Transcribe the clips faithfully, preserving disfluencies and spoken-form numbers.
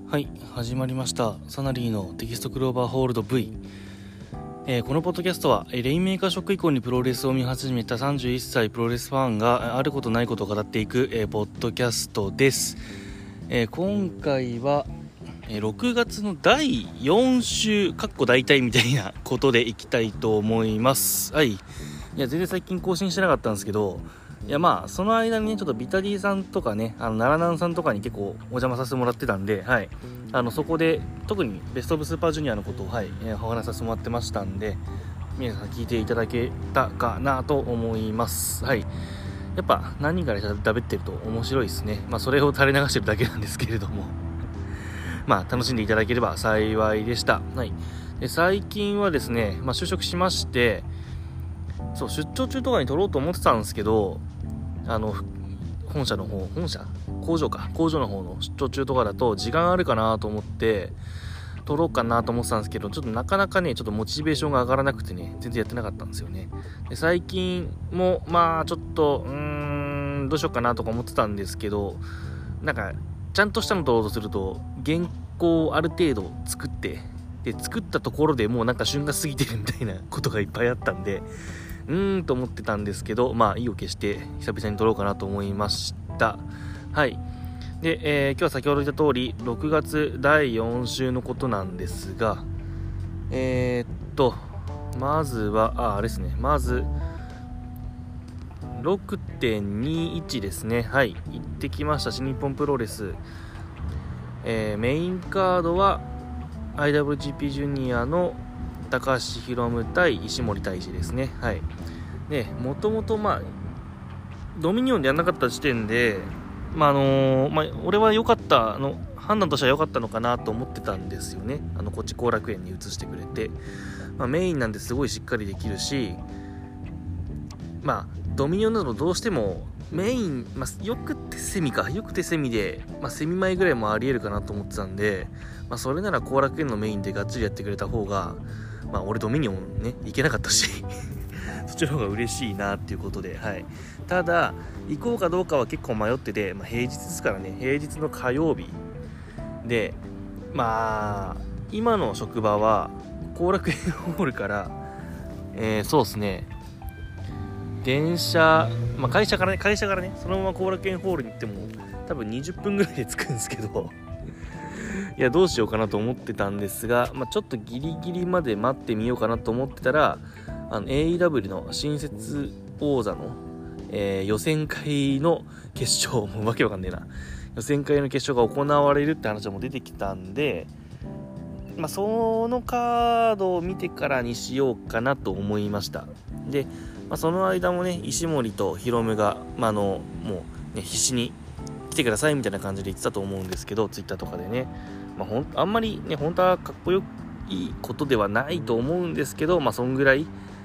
はい、始まりましたサナリーのテキストクローバーホールド V、えー、このポッドキャストはレインメーカーショック以降にプロレスを見始めたさんじゅういっさいプロレスファンがあることないことを語っていく、えー、ポッドキャストです。えー、今回はろくがつのだいよん週かっこ大体みたいなことでいきたいと思います。はい、いや全然最近更新してなかったんですけど、いやまあその間にねちょっとビタディさんとかね、あの奈良南さんとかに結構お邪魔させてもらってたんで、はい、あのそこで特にベストオブスーパージュニアのことを、はい、えー、お話しさせてもらってましたんで、皆さん聞いていただけたかなと思います。はい、やっぱ何人かで喋ってると面白いですね。まあそれを垂れ流してるだけなんですけれどもまあ楽しんでいただければ幸いでした。はい、で最近はですね、まあ、就職しまして、そう出張中とかに撮ろうと思ってたんですけど、あの本社の方本社工場か工場の方の出張中とかだと時間あるかなと思って撮ろうかなと思ってたんですけど、ちょっとなかなかねちょっとモチベーションが上がらなくてね全然やってなかったんですよね。で最近もまあちょっとうーんどうしようかなとか思ってたんですけど、なんかちゃんとしたの撮ろうとすると原稿をある程度作ってで作ったところでもうなんか旬が過ぎてるみたいなことがいっぱいあったんでうーんと思ってたんですけど、まあ意を決して久々に撮ろうかなと思いました。はい。で、えー、今日は先ほど言った通りろくがつだいよん週のことなんですが、えー、っとまずはああれですねまず ろくてんにいち ですね。はい、行ってきました新日本プロレス、えー、メインカードは アイダブリュージーピー ジュニアの高橋宏夢対石森大治ですね。はい。で、もともとまあドミニオンでやらなかった時点で、まああのー、まあ俺は良かったあの判断としては良かったのかなと思ってたんですよね。あのこっち後楽園に移してくれて、まあ、メインなんですごいしっかりできるし、まあドミニオンなどどうしてもメイン、まあ、よくてセミかよくてセミで、まあ、セミ前ぐらいもありえるかなと思ってたんで、まあ、それなら後楽園のメインでがっつりやってくれた方が、まあ俺ドミニオンね行けなかったしそっちの方が嬉しいなっていうことで、はい。ただ行こうかどうかは結構迷ってて、まあ、平日ですからね、平日の火曜日で、まあ今の職場は後楽園ホールから、えー、そうですね電車、まあ、会社からね会社からねそのまま後楽園ホールに行っても多分にじゅっぷんぐらいで着くんですけどいやどうしようかなと思ってたんですが、まあ、ちょっとギリギリまで待ってみようかなと思ってたら、あの エーイーダブリュー の新設王座の、えー、予選会の決勝もうわけわかんねえな予選会の決勝が行われるって話も出てきたんで、まあ、そのカードを見てからにしようかなと思いました。で、まあ、その間もね石森とヒロムが、まあ、あのもう、ね、必死に来てくださいみたいな感じで言ってたと思うんですけど、ツイッターとかでね、まあ、ほんあんまりね本当はかっこよいことではないと思うんですけど、まあそんぐらい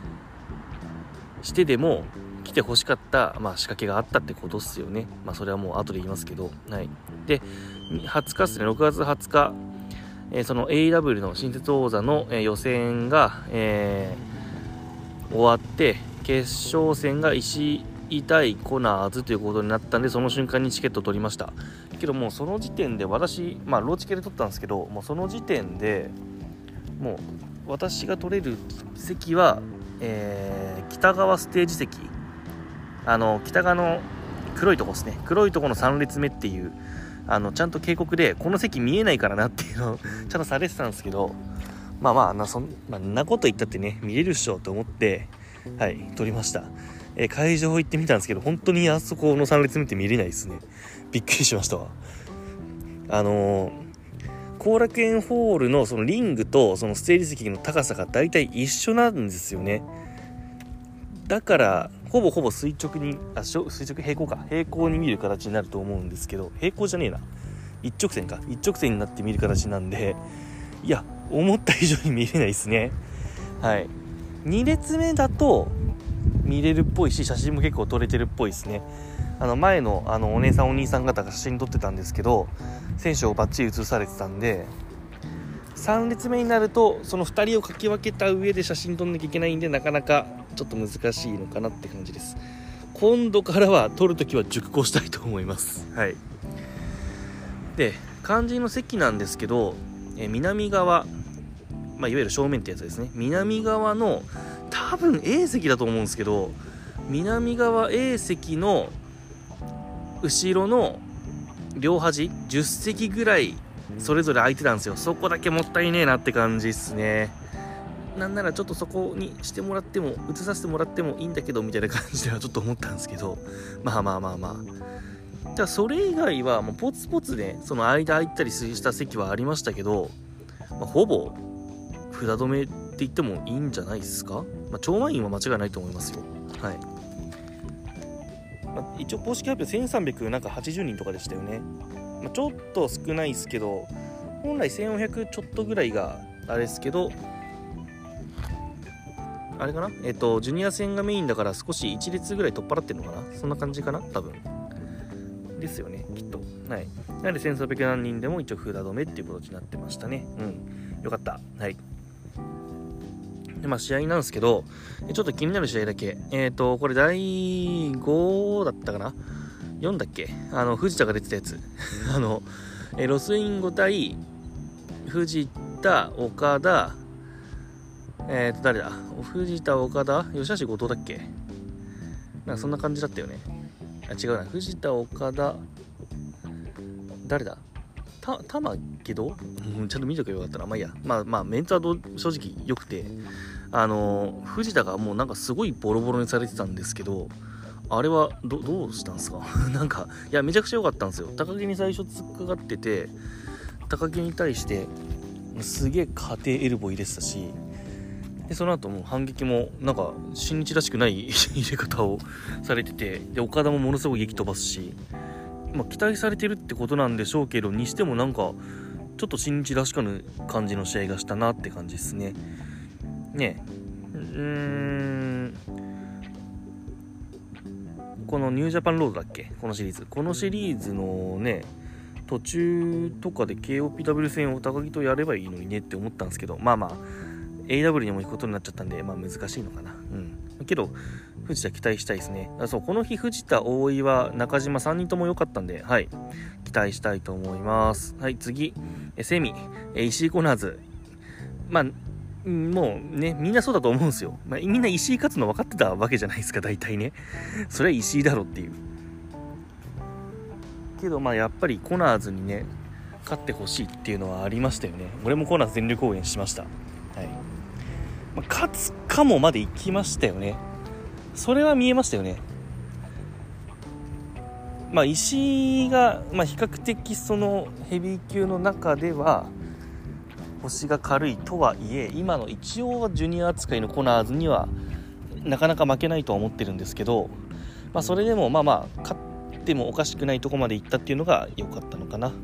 してでも来てほしかった、まあ、仕掛けがあったってことっすよね。まあそれはもう後で言いますけど、はい。ではつかですねろくがつはつか、えー、その エーイーダブリュー の新設王座の、えー、予選が、えー、終わって決勝戦が石井対コナーズということになったんで、その瞬間にチケットを取りましたけども、その時点で私まあローチケで取ったんですけど、もうその時点でもう私が取れる席は、えー、北側ステージ席、あの北側の黒いとこですね黒いとこのさん列目っていう、あのちゃんと警告でこの席見えないからなっていうのをちゃんとされてたんですけど、まあまあなそん、まあ、なこと言ったってね見れるっしょと思ってはい取りました。えー、会場行ってみたんですけど本当にあそこのさん列目って見れないですね。びっくりしましたわ。あのー、後楽園ホールのそのリングとそのステージ席の高さがだいたい一緒なんですよね。だからほぼほぼ垂直にあ垂直平行か平行に見る形になると思うんですけど、平行じゃねえな一直線か一直線になって見る形なんで、いや思った以上に見れないですね。はい。に列目だと見れるっぽいし写真も結構撮れてるっぽいですね。あの前のあのお姉さんお兄さん方が写真撮ってたんですけど、選手をバッチリ写されてたんで、さん列目になるとそのふたりをかき分けた上で写真撮んなきゃいけないんで、なかなかちょっと難しいのかなって感じです。今度からは撮るときは熟考したいと思います。はい。で肝心の席なんですけど、えー、南側、まあ、いわゆる正面ってやつですね。南側の多分 A 席だと思うんですけど、南側 A 席の後ろの両端じゅっ席ぐらいそれぞれ空いてたんですよ。そこだけもったいねえなって感じっすね。なんならちょっとそこにしてもらっても移させてもらってもいいんだけどみたいな感じではちょっと思ったんですけど、まあまあまあまあ、じゃあそれ以外はもうポツポツでその間空いたりした席はありましたけど、まあ、ほぼ札止めって言ってもいいんじゃないですか。まあ、超満員は間違いないと思いますよ。はい、まあ、一応公式発表せんさんびゃくはちじゅうにんとかでしたよね。まあ、ちょっと少ないですけど、本来せんよんひゃくちょっとぐらいがあれですけど、あれかな、えっとジュニア戦がメインだから少しいち列ぐらい取っ払ってるのかな、そんな感じかな多分ですよね、きっと。はい。なのでせんさんびゃくなんにんでも一応札止めっていうことになってましたね。うん、よかった。はい。で、まあ試合なんですけど、ちょっと気になる試合だけ、えっとこれだいごだったかな、よんだっけ、あの藤田が出てたやつあのえロスインゴ対藤田、岡田、えーと誰だ、藤田、岡田、吉橋、後藤だっけ、なんかそんな感じだったよね。あ、違うな、藤田、岡田、誰だ、た玉けど、うん、ちゃんと見とけばよかったな。まあいいや、まあまあメンツはど正直良くて、あのー、藤田がもうなんかすごいボロボロにされてたんですけど、あれは ど, どうしたんですかなんかいやめちゃくちゃ良かったんですよ。高木に最初突っかかってて、高木に対してすげえ家庭エルボー入れてたし、でその後もう反撃もなんか新日らしくない入れ方をされてて、で岡田もものすごい激飛ばすし、まあ、期待されてるってことなんでしょうけど、にしてもなんかちょっと新日らしかぬ感じの試合がしたなって感じですね。ねえ、うーん、このニュージャパンロードだっけ、このシリーズこのシリーズのね途中とかで ケーオーピーダブリュー 戦を高木とやればいいのにねって思ったんですけど、まあまあ エーダブリュー にも行くことになっちゃったんで、まあ難しいのかな。うん。けど藤田期待したいですね。あ、そう、この日藤田、大岩、中島さんにんとも良かったんで、はい、期待したいと思います。はい、次、えセミ、え石井コナーズ。まあもうね、みんなそうだと思うんですよ。まあ、みんな石井勝つの分かってたわけじゃないですか、大体ね。それは石井だろっていう。けどまあやっぱりコナーズにね勝ってほしいっていうのはありましたよね。俺もコナーズ全力応援しました。はい。まあ、勝つかもまで行きましたよね。それは見えましたよね。まあ石井が、まあ、比較的そのヘビー級の中では腰が軽いとはいえ、今の一応はジュニア扱いのコナーズにはなかなか負けないとは思ってるんですけど、まあそれでもまあまあ勝ってもおかしくないとこまで行ったっていうのが良かったのかな。うん。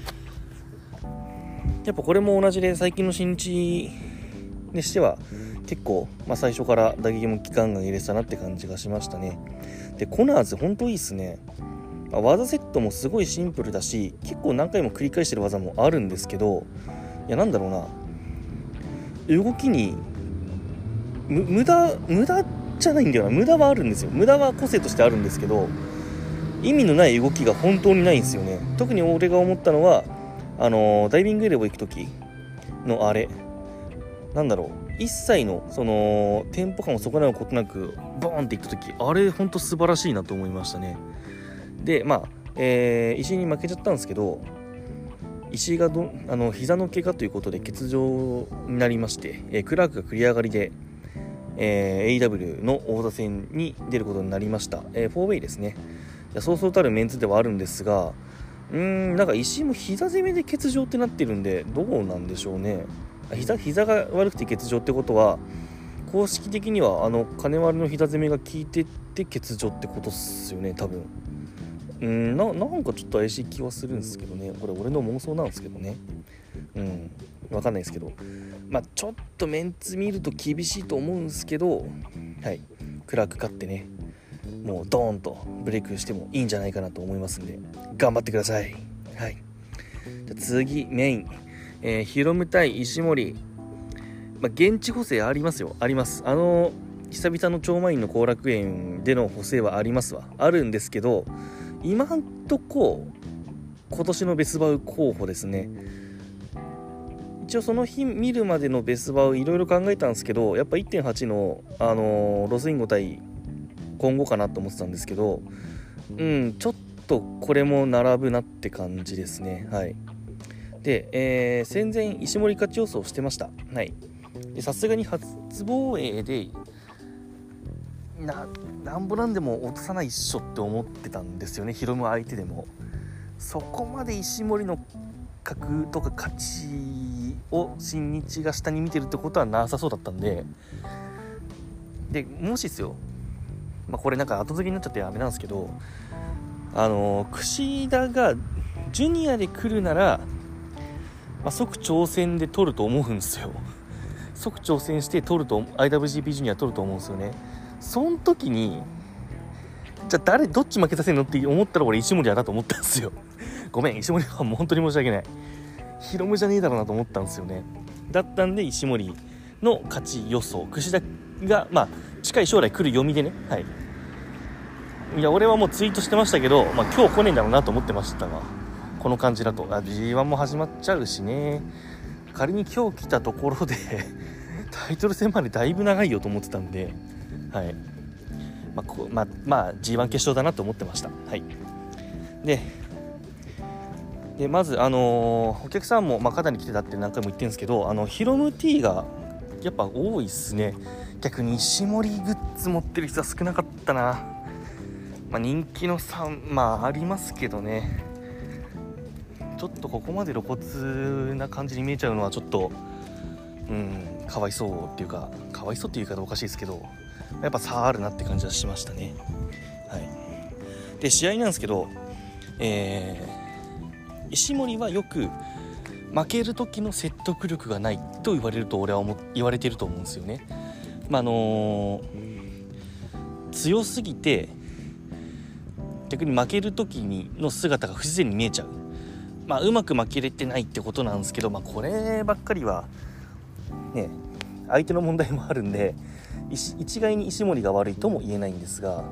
やっぱこれも同じで、最近の新日にしては結構、まあ、最初から打撃も期間が入れてたなって感じがしましたね。でコナーズ本当いいっすね。まあ、技セットもすごいシンプルだし、結構何回も繰り返してる技もあるんですけど、いやなんだろうな、動きに無駄無駄じゃないんだよな。無駄はあるんですよ。無駄は個性としてあるんですけど、意味のない動きが本当にないんですよね。特に俺が思ったのはあのー、ダイビングエレボ行く時のあれ、なんだろう、一切のそのテンポ感を損なうことなくボーンっていった時、あれ本当素晴らしいなと思いましたね。でまあ、えー、石井に負けちゃったんですけど、石井がどあの膝の怪我ということで欠場になりまして、えー、クラークが繰り上がりで、えー、エーイーダブリュー の王座戦に出ることになりました。えー、フォーウェイですね。そうそうたるメンツではあるんですが、うーんなんか石井も膝攻めで欠場ってなってるんで、どうなんでしょうね。膝, 膝が悪くて欠場ってことは、公式的にはあの金丸の膝攻めが効いてて欠場ってことっすよね、多分。うん な, なんかちょっと怪しい気はするんですけどね。これ俺の妄想なんですけどね。うん分かんないですけど、まあちょっとメンツ見ると厳しいと思うんですけど、はい、クラーク勝ってね、もうドーンとブレイクしてもいいんじゃないかなと思いますんで、頑張ってください。はい。じゃ次メイン、えー、ヒロム対石森。まあ、現地補正ありますよ。あります。あの久々の超満員の後楽園での補正はありますわ。あるんですけど、今んとこ今年のベスバウ候補ですね。一応その日見るまでのベスバウいろいろ考えたんですけど、やっぱ いってんはち の、あのー、ロスインゴ対今後かなと思ってたんですけど、うんちょっとこれも並ぶなって感じですね。はいで、えー、戦前石森勝ち予想してました。はいさすがに初防衛でななんぼなんでも落とさないっしょって思ってたんですよね。ヒロム相手でもそこまで石森の格とか勝ちを新日が下に見てるってことはなさそうだったんで、でもしですよ、まあ、これなんか後付けになっちゃってあれなんですけど、あの櫛田がジュニアで来るなら、まあ、即挑戦で取ると思うんですよ。即挑戦して取ると アイダブリュージーピー ジュニア取ると思うんですよね。その時にじゃあ誰どっち負けさせるのって思ったら俺石森だなと思ったんですよ。ごめん石森はもう本当に申し訳ない。ヒロムじゃねえだろうなと思ったんですよね。だったんで石森の勝ち予想、櫛田がまあ近い将来来る読みでね、はい。いや俺はもうツイートしてましたけど、まあ、今日来ねえんだろうなと思ってましたが、この感じだとあ ジーワン も始まっちゃうしね。仮に今日来たところでタイトル戦までだいぶ長いよと思ってたんで、はいまあこまあ、まあ ジーワン 決勝だなと思ってました。はいででまず、あのー、お客さんも、まあ、肩に来てたって何回も言ってるんですけど、あのヒロム T がやっぱ多いっすね。逆に石森グッズ持ってる人は少なかったな。まあ、人気の差まあありますけどね、ちょっとここまで露骨な感じに見えちゃうのはちょっとうんかわいそうっていうか、かわいそうっていう言い方おかしいですけど、やっぱ差あるなって感じはしましたね。はいで試合なんですけど、えー石森はよく負ける時の説得力がないと言われると俺は思言われてると思うんですよね。まああのー、強すぎて逆に負ける時にの姿が不自然に見えちゃう、まあ、うまく負けれてないってことなんですけど、まあ、こればっかりはね相手の問題もあるんで一概に石森が悪いとも言えないんですが、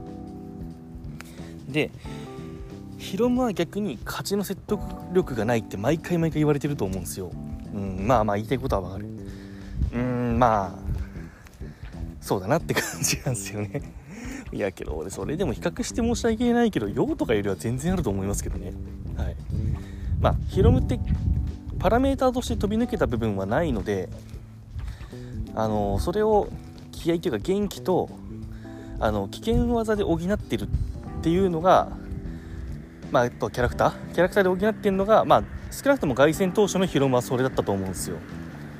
でヒロムは逆に勝ちの説得力がないって毎回毎回言われてると思うんですよ。うん、まあまあ言いたいことはわかる。うーんまあそうだなって感じなんですよね。いやけど俺それでも比較して申し訳ないけど用とかよりは全然あると思いますけどね。はいまあヒロムってパラメーターとして飛び抜けた部分はないので、あのそれを気合というか元気とあの危険技で補ってるっていうのがまあ、やっぱキャラクターキャラクターで補ってるのが、まあ、少なくとも凱旋当初のヒロムはそれだったと思うんですよ。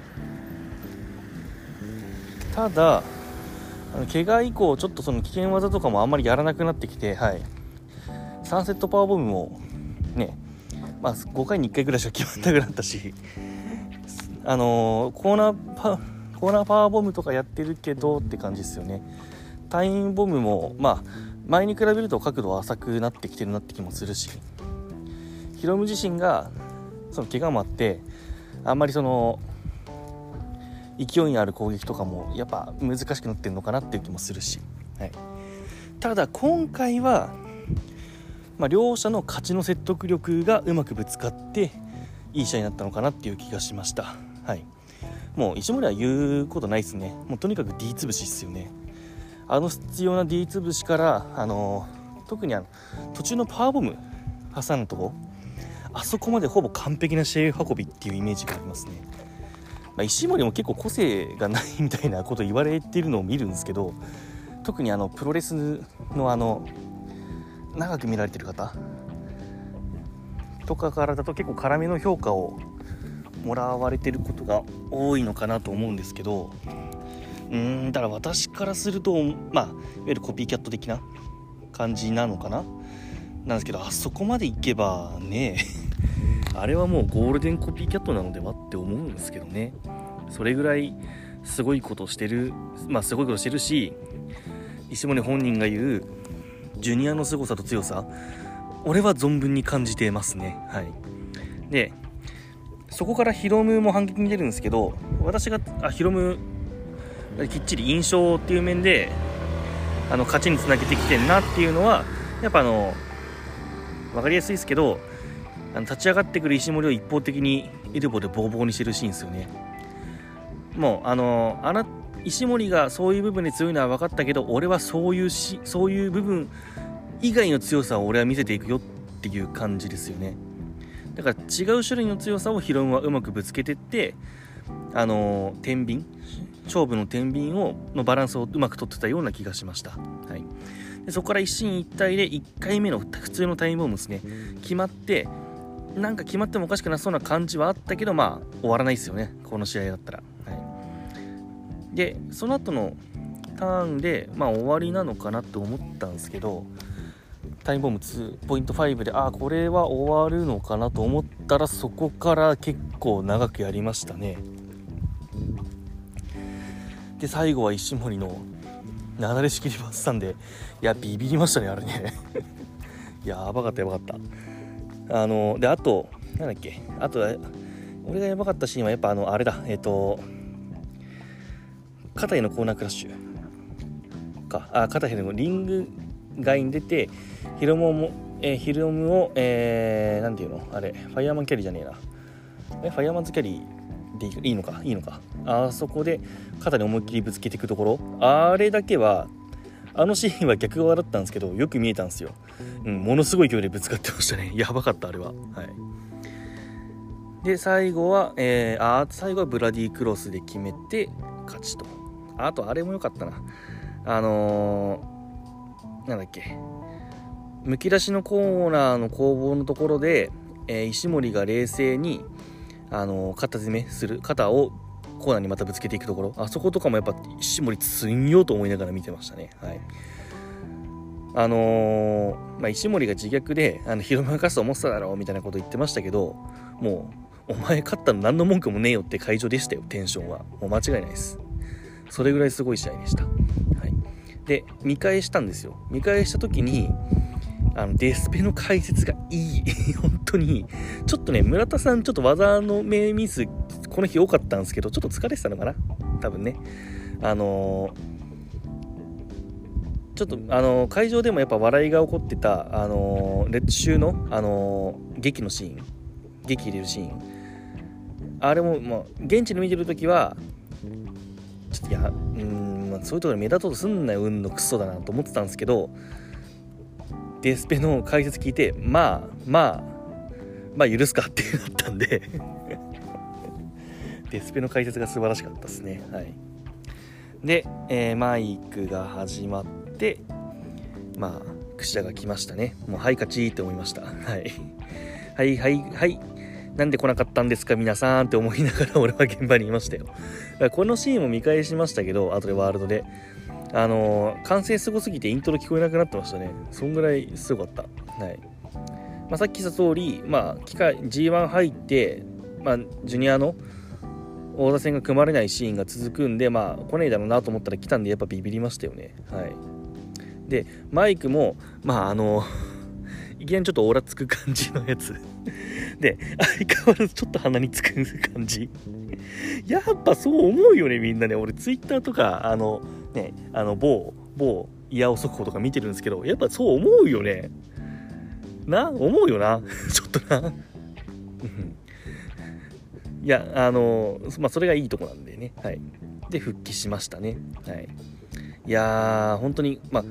ただあの怪我以降ちょっとその危険技とかもあんまりやらなくなってきて、はい、サンセットパワーボムもね、まあ、ごかいにいっかいぐらいしか決まんなくなったし、あのー、コーナーパコーナーパワーボムとかやってるけどって感じですよね。タイムボムもまあ前に比べると角度は浅くなってきてるなって気もするし、ヒロム自身がその怪我もあってあんまりその勢いのある攻撃とかもやっぱ難しくなってるのかなっていう気もするし、はい、ただ今回は、まあ、両者の勝ちの説得力がうまくぶつかっていい試合になったのかなっていう気がしました。はい、もう石森は言うことないですね。もうとにかく D 潰しですよね。あの必要な D 潰しから、あのー、特にあの途中のパワーボム挟むとこ、あそこまでほぼ完璧な試合運びっていうイメージがありますね。まあ、石森も結構個性がないみたいなこと言われているのを見るんですけど、特にあのプロレスのあの長く見られてる方とかからだと結構辛めの評価をもらわれてることが多いのかなと思うんですけど、うーんだから私からするとまあいわゆるコピーキャット的な感じなのかななんですけど、あそこまでいけばねあれはもうゴールデンコピーキャットなのではって思うんですけどね。それぐらいすごいことしてる、まあすごいことしてるし、石森本人が言うジュニアの凄さと強さ、俺は存分に感じてますね。はい。でそこからヒロムも反撃に出るんですけど、私があヒロムきっちり印象っていう面であの勝ちにつなげてきてるなっていうのはやっぱあの分かりやすいですけど、 の立ち上がってくる石森を一方的にエルボーでボコボコにしてるシーンですよね。もうあのあな石森がそういう部分で強いのは分かったけど、俺はそういうしそういう部分以外の強さを俺は見せていくよっていう感じですよね。だから違う種類の強さをヒロムはうまくぶつけてって、あの天秤勝負の天秤をのバランスをうまく取ってたような気がしました。はい、でそこから一進一退でいっかいめの普通のタイムボムですね決まって、なんか決まってもおかしくなそうな感じはあったけど、まあ終わらないですよね、この試合だったら。はい、でその後のターンでまあ終わりなのかなと思ったんですけど、タイムボムにポイントごであこれは終わるのかなと思ったら、そこから結構長くやりましたね。で最後は石森のなだれ仕切りバスさんで、いやビビりましたねあれねやばかったやばかったあのであとなんだっけあと俺がやばかったシーンはやっぱあのあれだえっ、ー、と肩へのコーナークラッシュかあ肩へのリング外に出てヒロムも、えー、ヒロムを、えー、なんていうのあれファイヤーマンキャリーじゃねえなえファイヤーマンズキャリーでいいのかいいのかあそこで肩に思いっきりぶつけていくところ、あれだけはあのシーンは逆側だったんですけどよく見えたんですよ、うん、ものすごい勢いでぶつかってましたね。やばかったあれは。はい、で最後は、えー、あ最後はブラディクロスで決めて勝ちと。あとあれも良かったな、あのー、なんだっけむき出しのコーナーの攻防のところで、えー、石森が冷静に、あのー、肩攻めする肩をコーナーにまたぶつけていくところ、あそことかもやっぱ石森強いと思いながら見てましたね。はい、あのーまあ、石森が自虐であのヒロムが勝つと思ってただろうみたいなこと言ってましたけど、もうお前勝ったの何の文句もねえよって会場でしたよ。テンションはもう間違いないです。それぐらいすごい試合でした。はい、で見返したんですよ。見返した時にあのデスペの解説がいい本当にちょっとね村田さんちょっと技の目ミスこの日多かったんですけど、ちょっと疲れてたのかな多分ね。あのー、ちょっとあのー、会場でもやっぱ笑いが起こってた、あのー、レッドシューの、あのー、劇のシーン劇入れるシーン、あれも、まあ、現地で見てるときはちょっといやうーん、まあ、そういうところで目立とうとすんなよ運のクソだなと思ってたんですけど、デスペの解説聞いてまあまあまあ許すかってなったんでデスペの解説が素晴らしかったですね。はい、で、えー、マイクが始まってまあ櫛田が来ましたね。もうはい勝ちって思いました。はいはいはいはいなんで来なかったんですか皆さんって思いながら俺は現場にいましたよ。このシーンも見返しましたけど後でワールドであのー、完成すごすぎてイントロ聞こえなくなってましたね。そんぐらいすごかった。はい、まあ、さっき言った通り、まあ、機械 ジーワン 入って、まあ、ジュニアの王座戦が組まれないシーンが続くんで、まあ来ねえだろうなと思ったら来たんでやっぱビビりましたよね。はい、でマイクもまああのいきなりちょっとオーラつく感じのやつで相変わらずちょっと鼻につく感じやっぱそう思うよねみんなね。俺ツイッターとかあのねあの某某イヤオ速報とか見てるんですけど、やっぱそう思うよねな思うよなちょっとないやあのまあそれがいいとこなんでね。はい、で復帰しましたね。はい、いやー本当にまあう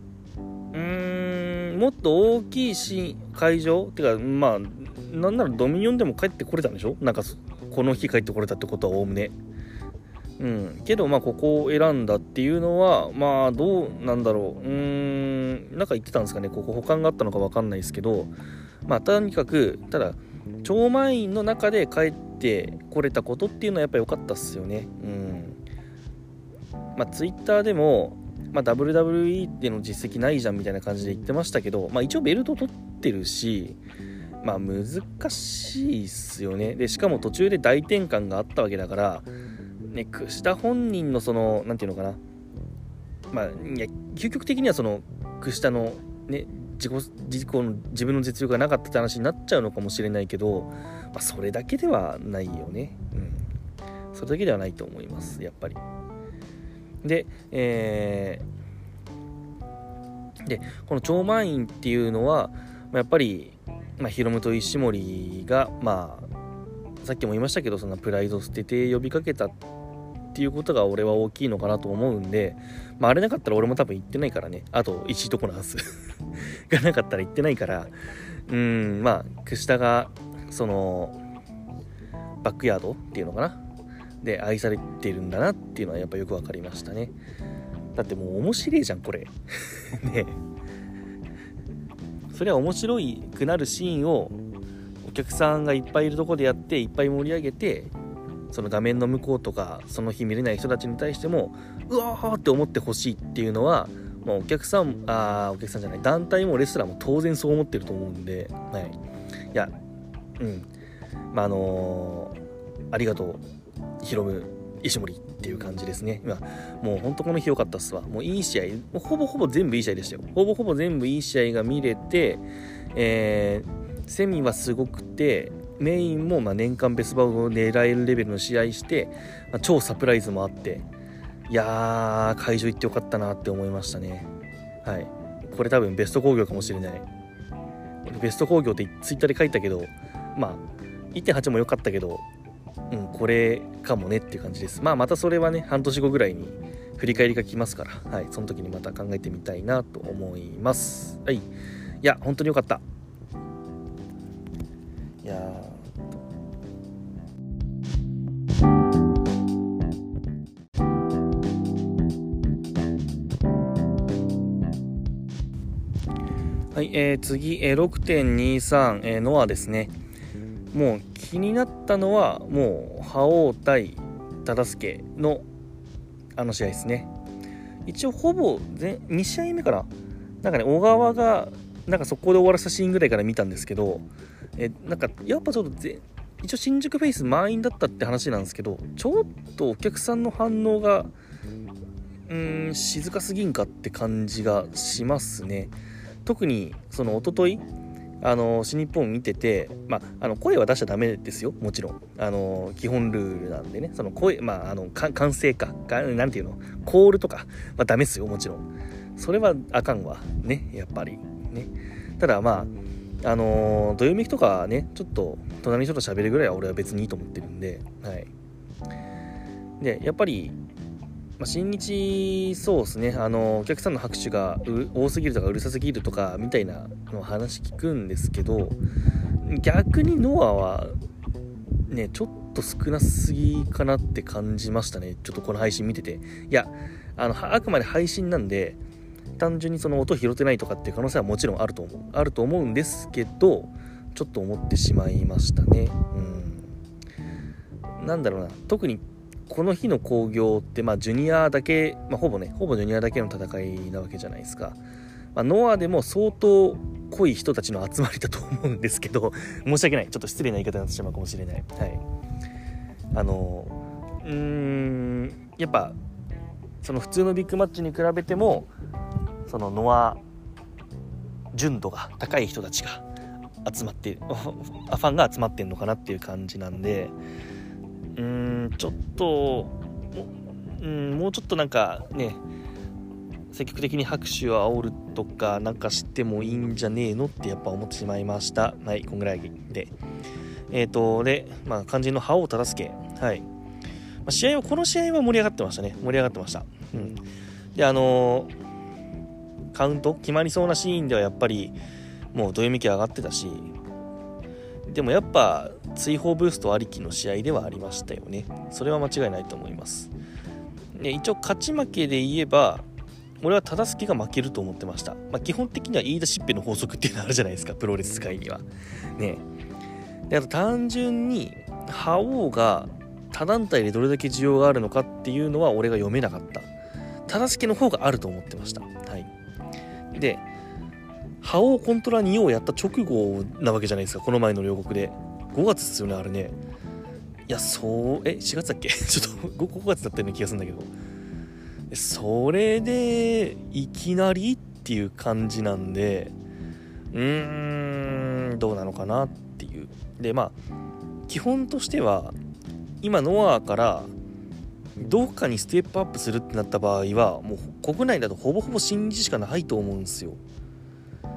ーんもっと大きいし会場ってかまあなんならドミニオンでも帰ってこれたんでしょ。なんかこの日帰ってこれたってことはおおむねうんけどまあここを選んだっていうのはまあどうなんだろううーんなんか言ってたんですかね。ここ保管があったのか分かんないですけど、まあとにかくただ超満員の中で帰ってこれたことっていうのはやっぱ良かったっすよね。うんまあツイッターでも、まあ、ダブリューダブリューイー での実績ないじゃんみたいな感じで言ってましたけど、まあ一応ベルト取ってるしまあ難しいっすよね。でしかも途中で大転換があったわけだからね、櫛田本人のそのなんていうのかなまあいや究極的にはその櫛田のね自己自己の自分の実力がなかったって話になっちゃうのかもしれないけど、まあ、それだけではないよね。うん、それだけではないと思いますやっぱり。で、えー、でこの超満員っていうのはやっぱりまあ、ヒロムと石森が、まあ、さっきも言いましたけど、そのプライドを捨てて呼びかけたっていうことが俺は大きいのかなと思うんで、まあ、あれなかったら俺も多分行ってないからね。あと石井とこのハウスがなかったら行ってないから、うーん、まあ串田がそのバックヤードっていうのかなで愛されてるんだなっていうのはやっぱよく分かりましたね。だってもう面白いじゃんこれね。それは面白いくなるシーンをお客さんがいっぱいいるとこでやっていっぱい盛り上げて、その画面の向こうとかその日見れない人たちに対してもうわーって思ってほしいっていうのは、まあ、お客さんあお客さんじゃない団体もレスラーも当然そう思ってると思うんで、はい、いやうんまああのー、ありがとうヒロム石森っていう感じですね。今もうほんとこの日良かったっすわ。もういい試合、もうほぼほぼ全部いい試合でしたよ。ほぼほぼ全部いい試合が見れて、えー、セミはすごくてメインもまあ年間ベストバウを狙えるレベルの試合して、まあ、超サプライズもあって、いやー会場行ってよかったなって思いましたね。はい、これ多分ベスト興行かもしれない。ベスト興行ってツイッターで書いたけど、まあ いってんはち も良かったけど、うん、これかもねっていう感じです。まあまたそれはね半年後ぐらいに振り返りが来ますから、はい、その時にまた考えてみたいなと思います。はい、いや本当に良かった。いやはい、えー、次、えー、ろくてんにさん、えー、ノアですね。もう気になったのはもう覇王対忠相のあの試合ですね。一応ほぼ全に試合目かな、なんかね小川がなんかそこで終わらせたシーンぐらいから見たんですけど、えなんかやっぱちょっとぜ一応新宿フェイス満員だったって話なんですけど、ちょっとお客さんの反応がうーん静かすぎんかって感じがしますね。特にその一昨日あの新日本見てて、まあ、あの声は出しちゃダメですよ、もちろんあの基本ルールなんでね。その声、まあ、あの歓声かなんていうのコールとか、まあ、ダメですよもちろん。それはあかんわねやっぱりね。ただまああのどよめきとかねちょっと隣の人と喋るぐらいは俺は別にいいと思ってるんで、はい。でやっぱりまあ、新日そうですね、あのお客さんの拍手が多すぎるとかうるさすぎるとかみたいなの話聞くんですけど、逆にノアはねちょっと少なすぎかなって感じましたね。ちょっとこの配信見てて、いやあのあくまで配信なんで単純にその音拾ってないとかっていう可能性はもちろんあると思うあると思うんですけど、ちょっと思ってしまいましたね。うんなんだろうな、特にこの日の興行ってまあジュニアだけ、まあ、ほぼねほぼジュニアだけの戦いなわけじゃないですか。まあ、ノアでも相当濃い人たちの集まりだと思うんですけど申し訳ない、ちょっと失礼な言い方になってしまうかもしれない。はい、あのうーんやっぱその普通のビッグマッチに比べてもそのノア純度が高い人たちが集まってファンが集まってんのかなっていう感じなんで、うーんちょっとうんもうちょっとなんかね積極的に拍手を煽るとかなんかしてもいいんじゃねえのってやっぱ思ってしまいました。はい、こんぐらいでえっ、ー、とでまあ肝心の覇王忠相、はい、まあ、試合はこの試合は盛り上がってましたね盛り上がってました。うんであのー、カウント決まりそうなシーンではやっぱりもうどよめき上がってたし、でもやっぱ追放ブーストありきの試合ではありましたよね。それは間違いないと思います。で一応勝ち負けで言えば俺は忠相が負けると思ってました。まあ、基本的には言い出しっぺの法則っていうのあるじゃないですかプロレス界にはね。であと単純に覇王が他団体でどれだけ需要があるのかっていうのは俺が読めなかった。忠相の方があると思ってました。はい。で覇王コントラに王やった直後なわけじゃないですか、この前の両国でごがつですよねあれね。いやそうえしがつだっけちょっと 5, 5月だったような気がするんだけど、それでいきなりっていう感じなんで、うーんどうなのかなっていう。でまあ基本としては今ノアからどっかにステップアップするってなった場合はもう国内だとほぼほぼ新日しかないと思うんですよ。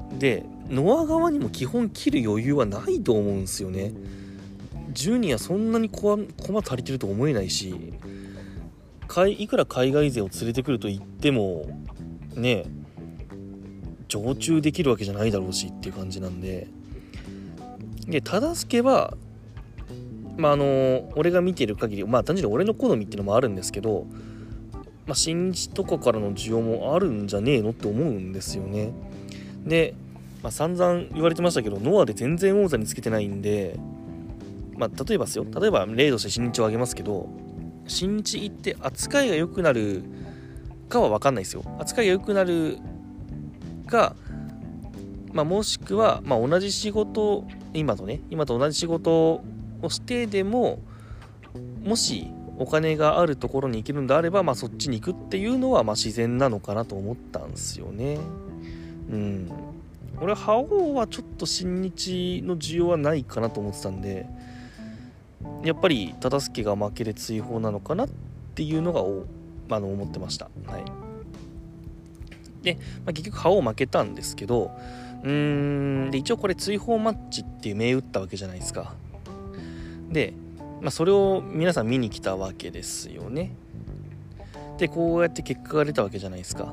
でノア側にも基本切る余裕はないと思うんですよね。ジュニアそんなにコマ足りてると思えないし、いくら海外勢を連れてくると言ってもね常駐できるわけじゃないだろうしっていう感じなんで、で忠相はまああの俺が見てる限り、まあ単純に俺の好みっていうのもあるんですけど、まあ、新日とかからの需要もあるんじゃねえのって思うんですよね。で、まあ、散々言われてましたけどノアで全然王座につけてないんで、まあ、例えばですよ、例えば例として新日を挙げますけど、新日行って扱いが良くなるかは分かんないですよ。扱いが良くなるか、まあ、もしくは、まあ、同じ仕事今とね今と同じ仕事をしてでももしお金があるところに行けるんであれば、まあ、そっちに行くっていうのはまあ自然なのかなと思ったんですよね。うん、俺は覇王はちょっと新日の需要はないかなと思ってたんで、やっぱり忠相が負けで追放なのかなっていうのがおあの思ってました。はい、で、まあ、結局覇王負けたんですけど、うーんで一応これ追放マッチっていう銘打ったわけじゃないですか。で、まあ、それを皆さん見に来たわけですよね。でこうやって結果が出たわけじゃないですか。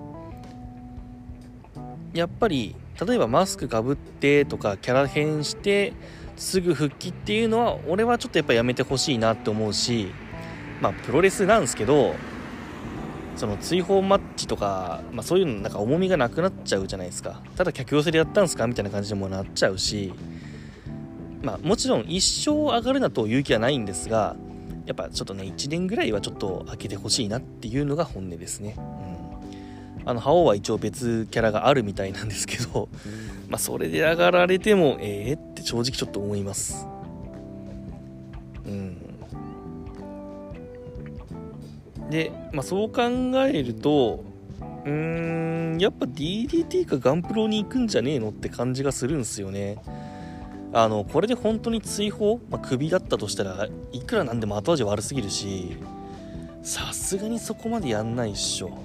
やっぱり例えばマスクかぶってとかキャラ変してすぐ復帰っていうのは俺はちょっとやっぱやめてほしいなって思うし、まあプロレスなんですけど、その追放マッチとか、まあ、そういうのなんか重みがなくなっちゃうじゃないですか。ただ客寄せでやったんすかみたいな感じでもなっちゃうし、まあもちろん一生上がるなという気はないんですが、やっぱちょっとねいちねんぐらいはちょっと空けてほしいなっていうのが本音ですね。うん、あの覇王は一応別キャラがあるみたいなんですけど、まあそれで上がられてもえーって正直ちょっと思います。うん。で、まあ、そう考えるとうーんやっぱ ディーディーティー かガンプロに行くんじゃねえのって感じがするんすよね。あのこれで本当に追放、まあ、クビだったとしたらいくらなんでも後味悪すぎるし、さすがにそこまでやんないっしょ。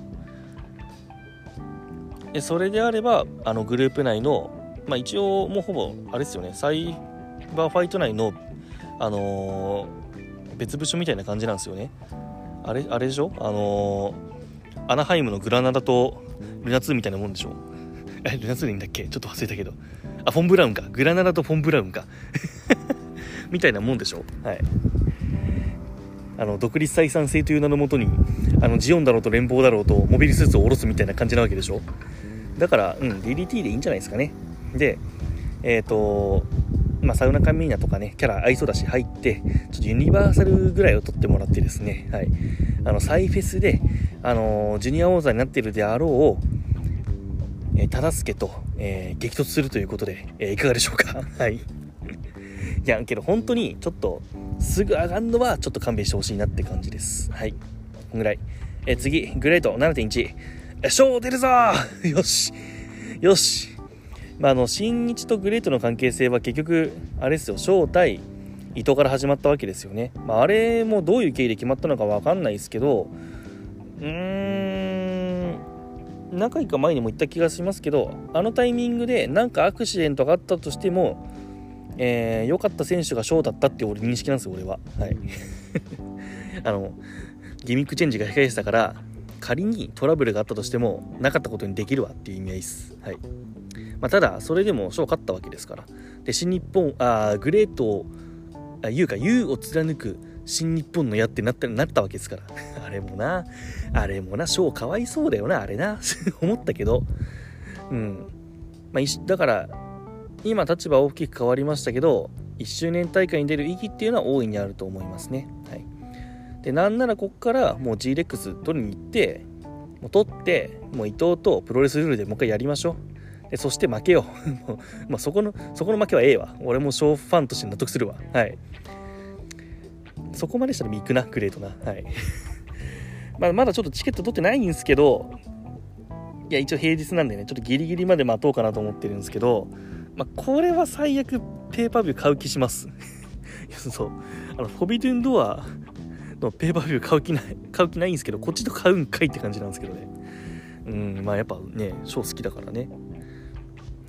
でそれであればあのグループ内の、まあ、一応もうほぼあれですよね、サイバーファイト内の、あのー、別部署みたいな感じなんですよね。あれあれでしょ、あのー、アナハイムのグラナダとルナツーみたいなもんでしょ。えルナツーでいいんだっけ、ちょっと忘れたけど、あフォンブラウンか、グラナダとフォンブラウンかみたいなもんでしょ。はい、あの独立採算制という名のもとにあのジオンだろうと連邦だろうとモビルスーツを下ろすみたいな感じなわけでしょ。だからうん ディーディーティー でいいんじゃないですかね。でえっ、ー、とまあサウナカミーナとかねキャラ合いそうだし入ってちょっとユニバーサルぐらいを取ってもらってですね、はい、あのサイフェスであのー、ジュニア王座になっているであろうを、えー、忠相と、えー、激突するということで、えー、いかがでしょうか。はいいやけど本当にちょっとすぐ上がるのはちょっと勘弁してほしいなって感じです。はいこんぐらい、えー、次グレート ななてんいち ショー出るぞーよしよし、まあ、あの新日とグレートの関係性は結局あれですよ、ショー対伊藤から始まったわけですよね。まあ、あれもどういう経緯で決まったのか分かんないですけど、うーん何回か前にも言った気がしますけど、あのタイミングで何かアクシデントがあったとしても良、えー、かった選手がショーだったって俺認識なんですよ俺は。はいあのギミックチェンジが控えてたから仮にトラブルがあったとしてもなかったことにできるわっていう意味合いです。はい、まあ、ただそれでもショー勝ったわけですから。で新日本あグレートあ U か U を貫く新日本の矢ってなった、なったわけですからあれもなあれもなショーかわいそうだよなあれな思ったけど、うんまあ、だから今立場大きく変わりましたけどいっしゅうねん大会に出る意義っていうのは大いにあると思いますね。はい、でなんならこっからもう G レックス取りに行ってもう取ってもう伊藤とプロレスルールでもう一回やりましょう。でそして負けようまあそこのそこの負けはええわ、俺もショーファンとして納得するわ。はいそこまでしたら行くなグレートな。はいまあまだちょっとチケット取ってないんですけど、いや一応平日なんでねちょっとギリギリまで待とうかなと思ってるんですけど、まあこれは最悪ペーパービュー買う気しますそうあのフォビドゥンドアのペーパービュー買う気ない買う気ないんですけど、こっちと買うんかいって感じなんですけどね。うんまあやっぱねショー好きだからね。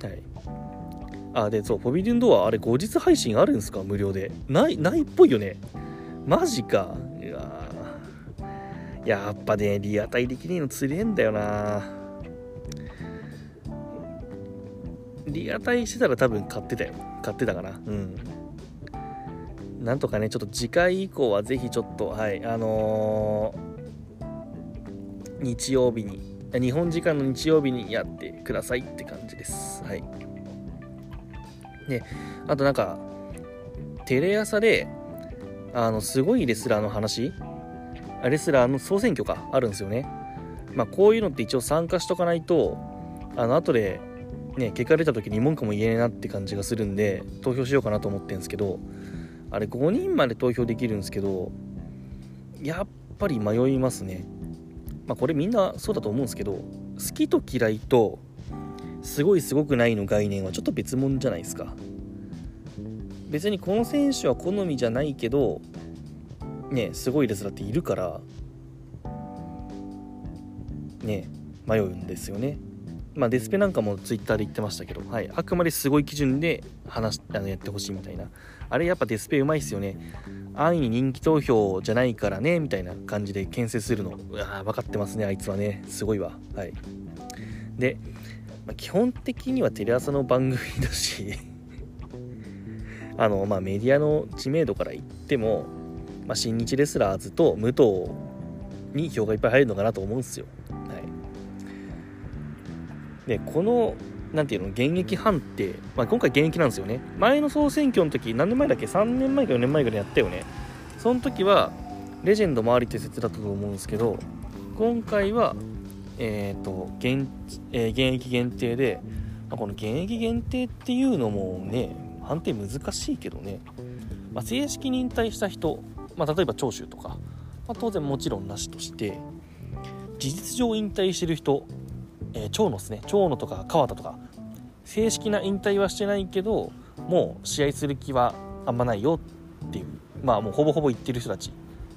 はい。あ、で、そう、フォビリュンドア、あれ後日配信あるんですか？無料で。ない、ないっぽいよね。マジか。いやー、やっぱね、リアタイできねえのつれえんだよな。リアタイしてたら多分買ってたよ。買ってたかな。うん。なんとかね、ちょっと次回以降はぜひちょっと、はい、あのー、日曜日に、日本時間の日曜日にやってくださいって感じです。はい。で、あとなんかテレ朝であのすごいレスラーの話、レスラーの総選挙があるんですよね。まあこういうのって一応参加しとかないと、あの後でね結果出た時に文句も言えねえなって感じがするんで、投票しようかなと思ってるんですけど、あれごにんまで投票できるんですけど、やっぱり迷いますね。まあこれみんなそうだと思うんですけど、好きと嫌いとすごいすごくないの概念はちょっと別物じゃないですか。別にこの選手は好みじゃないけどね、すごいレスラーっているからね、迷うんですよね。まあデスペなんかもツイッターで言ってましたけど、はい、あくまですごい基準で話あのやってほしいみたいな。あれやっぱデスペうまいっすよね。安易に人気投票じゃないからねみたいな感じで牽制するの、うわ分かってますね、あいつはね、すごいわ。はい。で、まあ、基本的にはテレ朝の番組だしあの、まあ、メディアの知名度から言っても、まあ、新日レスラーズと武藤に票がいっぱい入るのかなと思うんですよ。はい。で、このなんていうの現役判定、まあ、今回現役なんですよね。前の総選挙の時何年前だっけ、さんねんまえかよねんまえぐらいやったよね。その時はレジェンド周りって説だったと思うんですけど、今回はえーと 現, えー、現役限定で、まあ、この現役限定っていうのもね判定難しいけどね、まあ、正式に引退した人、まあ、例えば長州とか、まあ、当然もちろんなしとして、事実上引退してる人、えー、長野ですね、長野とか川田とか正式な引退はしてないけどもう試合する気はあんまないよっていう、まあもうほぼほぼ言ってる人たち、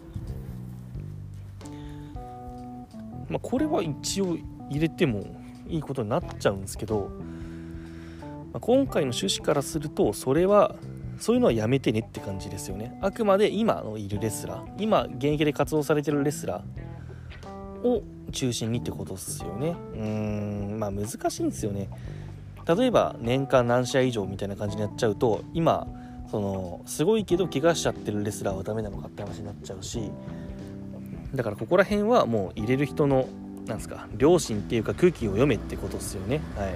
まあ、これは一応入れてもいいことになっちゃうんですけど、まあ、今回の趣旨からするとそれはそういうのはやめてねって感じですよね。あくまで今のいるレスラー、今現役で活動されてるレスラーを中心にってことですよね。うーん、まあ難しいんですよね。例えば年間何試合以上みたいな感じになっちゃうと、今そのすごいけど怪我しちゃってるレスラーはダメなのかって話になっちゃうし、だからここら辺はもう入れる人のなんですか、良心っていうか空気を読めってことですよね。はい。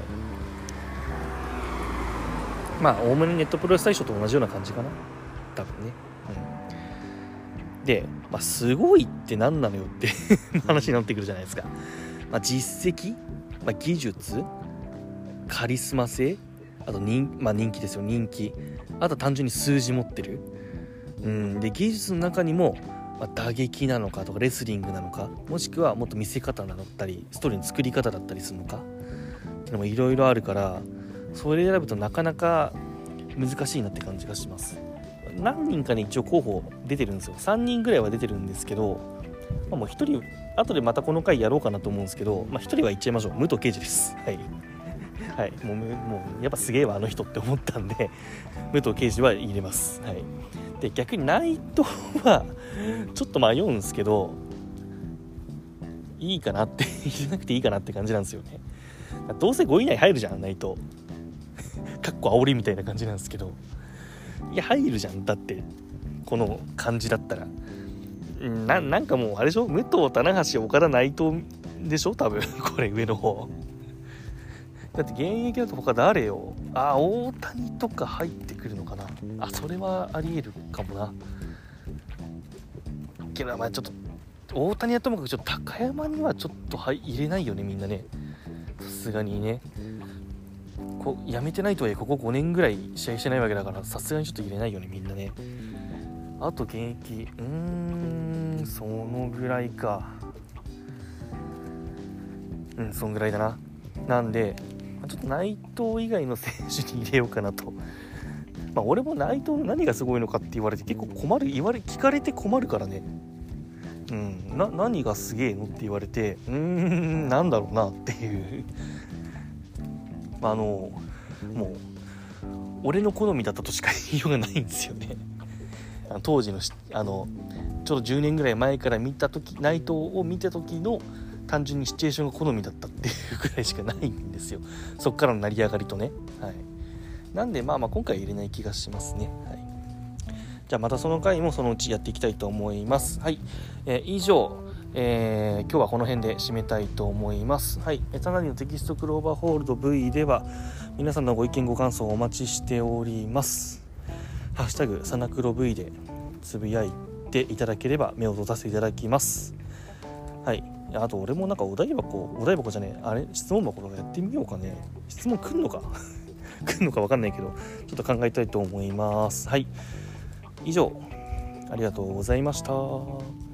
まあおおむねネットプロレス大賞と同じような感じかな、多分ね。うん、で、まあ、すごいって何なのよって話になってくるじゃないですか。まあ、実績、まあ、技術、カリスマ性、あと 人,、まあ、人気ですよ、人気、あと単純に数字持ってる。うんで、技術の中にもまあ、打撃なのかとかレスリングなのか、もしくはもっと見せ方だったりストーリーの作り方だったりするのかっていうのもいろいろあるから、それ選ぶとなかなか難しいなって感じがします。何人かに一応候補出てるんですよ。さんにんぐらいは出てるんですけど、まあ、もうひとり後でまたこの回やろうかなと思うんですけど、まあ、ひとりは言っちゃいましょう。武藤敬司です。はいはい、もう、もうやっぱすげえわあの人って思ったんで武藤敬司は入れます。はい。で、逆に内藤はちょっと迷うんですけど、いいかなって入れなくていいかなって感じなんですよね。どうせごい以内入るじゃん内藤かっこ煽りみたいな感じなんですけど、いや入るじゃん、だってこの感じだったら な, なんかもうあれでしょ、武藤、棚橋、岡田、内藤でしょ多分これ上の方だって現役だと他誰よ、あ、大谷とか入ってくるのかな。あ、それはありえるかもな。けどまあちょっと大谷はともかくちょっと高山にはちょっと入れないよねみんなね、さすがにね。こやめてないとはいえここごねんぐらい試合してないわけだから、さすがにちょっと入れないよねみんなね。あと現役、うーんそのぐらいか、うんそんぐらいだな。なんでちょっと内藤以外の選手に入れようかなと。まあ俺も内藤の何がすごいのかって言われて結構困る、言われ聞かれて困るからね。うん、な何がすげえのって言われて、うーんなんだろうなっていうあのもう俺の好みだったとしか言いようがないんですよね。あの当時のあのちょうどじゅうねんぐらい前から見た時、ナイトを見た時の単純にシチュエーションが好みだったっていうくらいしかないんですよ。そっからの成り上がりとね、はい、なんでまあまあ今回は入れない気がしますね。はい、じゃあまたその回もそのうちやっていきたいと思います。はい、えー、以上、えー、今日はこの辺で締めたいと思います。はい、サナリのテキストクローバーホールド V では皆さんのご意見ご感想をお待ちしております。ハッシュタグサナクロ V でつぶやいていただければ目を閉ざせていただきます。はい、あと俺もなんかお題箱お題箱じゃねえあれ質問箱とかやってみようかね。質問来んのか来んのか分かんないけどちょっと考えたいと思います。はい、以上ありがとうございました。